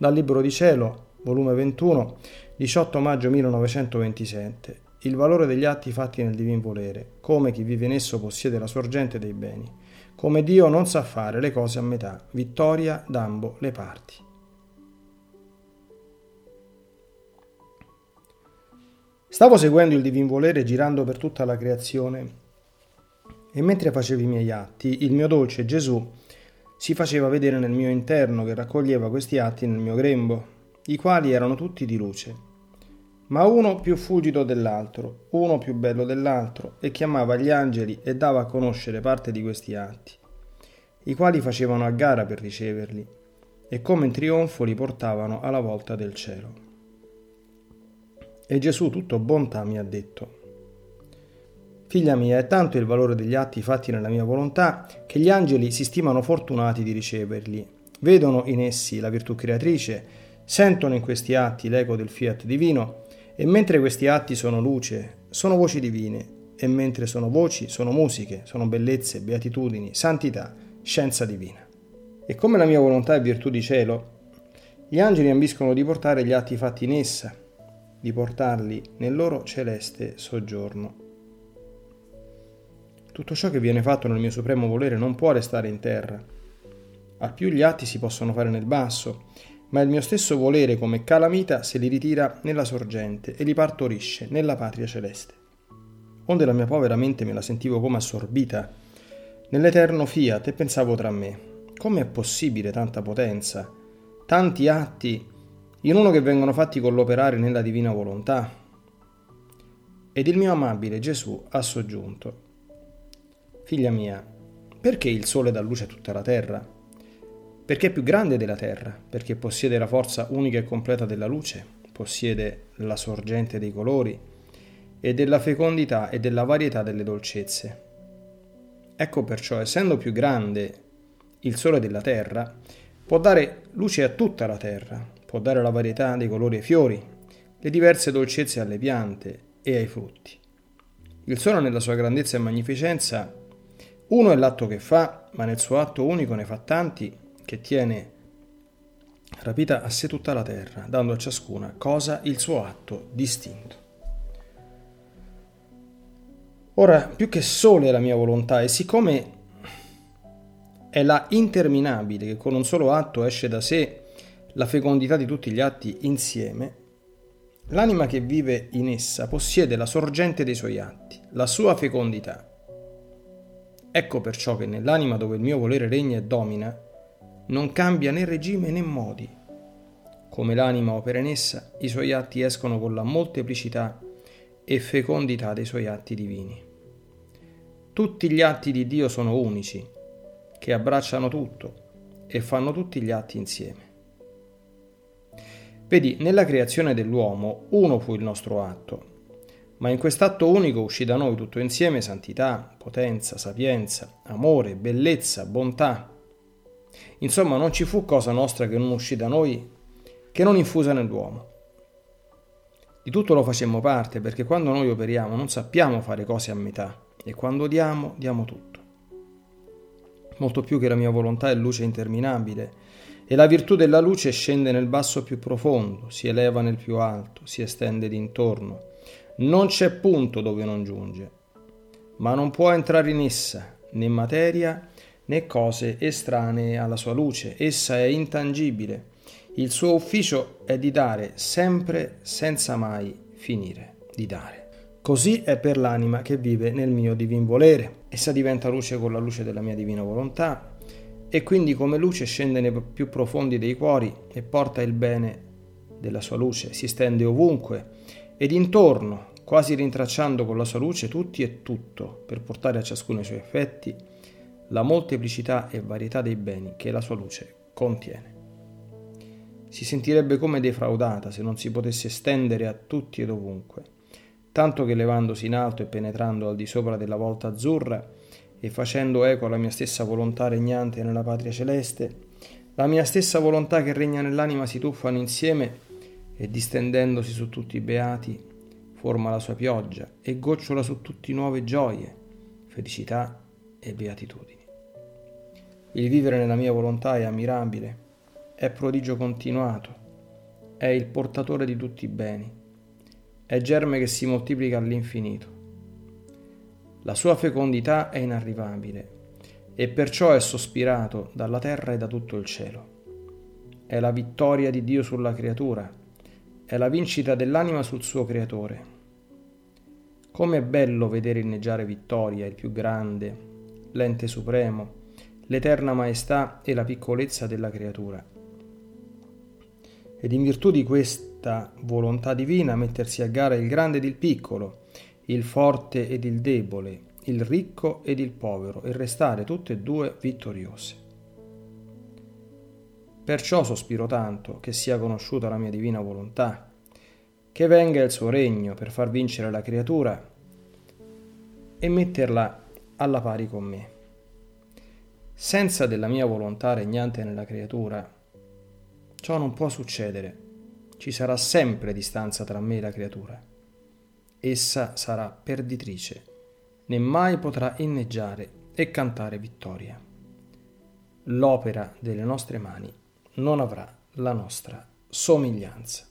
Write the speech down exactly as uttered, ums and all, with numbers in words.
Dal Libro di Cielo, volume ventuno, diciotto maggio millenovecentoventisette. Il valore degli atti fatti nel divin volere, come chi vive in esso possiede la sorgente dei beni, come Dio non sa fare le cose a metà, vittoria d'ambo le parti. Stavo seguendo il divin volere girando per tutta la creazione e mentre facevo i miei atti, il mio dolce Gesù si faceva vedere nel mio interno che raccoglieva questi atti nel mio grembo, i quali erano tutti di luce, ma uno più fulgido dell'altro, uno più bello dell'altro, e chiamava gli angeli e dava a conoscere parte di questi atti, i quali facevano a gara per riceverli, e come in trionfo li portavano alla volta del cielo. E Gesù, tutto bontà, mi ha detto: Figlia mia, è tanto il valore degli atti fatti nella mia volontà che gli angeli si stimano fortunati di riceverli. Vedono in essi la virtù creatrice, sentono in questi atti l'eco del fiat divino, e mentre questi atti sono luce, sono voci divine, e mentre sono voci, sono musiche, sono bellezze, beatitudini, santità, scienza divina. E come la mia volontà è virtù di cielo, gli angeli ambiscono di portare gli atti fatti in essa, di portarli nel loro celeste soggiorno. Tutto ciò che viene fatto nel mio supremo volere non può restare in terra. Al più gli atti si possono fare nel basso, ma il mio stesso volere come calamita se li ritira nella sorgente e li partorisce nella patria celeste. Onde la mia povera mente me la sentivo come assorbita nell'eterno fiat e pensavo tra me: come è possibile tanta potenza, tanti atti in uno che vengono fatti con l'operare nella divina volontà? Ed il mio amabile Gesù ha soggiunto: Figlia mia, perché il sole dà luce a tutta la terra? Perché è più grande della terra, perché possiede la forza unica e completa della luce, possiede la sorgente dei colori e della fecondità e della varietà delle dolcezze. Ecco perciò, essendo più grande il sole della terra, può dare luce a tutta la terra, può dare la varietà dei colori ai fiori, le diverse dolcezze alle piante e ai frutti. Il sole nella sua grandezza e magnificenza, uno è l'atto che fa, ma nel suo atto unico ne fa tanti, che tiene rapita a sé tutta la terra, dando a ciascuna cosa il suo atto distinto. Ora, più che sole è la mia volontà, e siccome è la interminabile che con un solo atto esce da sé la fecondità di tutti gli atti insieme, l'anima che vive in essa possiede la sorgente dei suoi atti, la sua fecondità. Ecco perciò che nell'anima dove il mio volere regna e domina non cambia né regime né modi. Come l'anima opera in essa, i suoi atti escono con la molteplicità e fecondità dei suoi atti divini. Tutti gli atti di Dio sono unici, che abbracciano tutto e fanno tutti gli atti insieme. Vedi, nella creazione dell'uomo uno fu il nostro atto, ma in quest'atto unico uscì da noi tutto insieme santità, potenza, sapienza, amore, bellezza, bontà. Insomma, non ci fu cosa nostra che non uscì da noi, che non infusa nell'uomo. Di tutto lo facemmo parte, perché quando noi operiamo non sappiamo fare cose a metà, e quando diamo, diamo tutto. Molto più che la mia volontà è luce interminabile, e la virtù della luce scende nel basso più profondo, si eleva nel più alto, si estende d'intorno. Non c'è punto dove non giunge, ma non può entrare in essa né materia né cose estranee alla sua luce. Essa è intangibile. Il suo ufficio è di dare sempre senza mai finire di dare. Così è per l'anima che vive nel mio divin volere. Essa diventa luce con la luce della mia divina volontà e quindi come luce scende nei più profondi dei cuori e porta il bene della sua luce, si stende ovunque ed intorno, quasi rintracciando con la sua luce tutti e tutto, per portare a ciascuno i suoi effetti la molteplicità e varietà dei beni che la sua luce contiene. Si sentirebbe come defraudata se non si potesse stendere a tutti ed ovunque, tanto che levandosi in alto e penetrando al di sopra della volta azzurra e facendo eco alla mia stessa volontà regnante nella patria celeste, la mia stessa volontà che regna nell'anima si tuffano insieme e distendendosi su tutti i beati forma la sua pioggia e gocciola su tutti nuove gioie, felicità e beatitudini. Il vivere nella mia volontà è ammirabile, è prodigio continuato, è il portatore di tutti i beni, è germe che si moltiplica all'infinito. La sua fecondità è inarrivabile e perciò è sospirato dalla terra e da tutto il cielo. È la vittoria di Dio sulla creatura, è la vincita dell'anima sul suo creatore. Com'è bello vedere inneggiare vittoria, il più grande, l'ente supremo, l'eterna maestà e la piccolezza della creatura. Ed in virtù di questa volontà divina mettersi a gara il grande ed il piccolo, il forte ed il debole, il ricco ed il povero, e restare tutte e due vittoriose. Perciò sospiro tanto che sia conosciuta la mia divina volontà, che venga il suo regno per far vincere la creatura e metterla alla pari con me. Senza della mia volontà regnante nella creatura, ciò non può succedere. Ci sarà sempre distanza tra me e la creatura. Essa sarà perditrice, né mai potrà inneggiare e cantare vittoria. L'opera delle nostre mani non avrà la nostra somiglianza.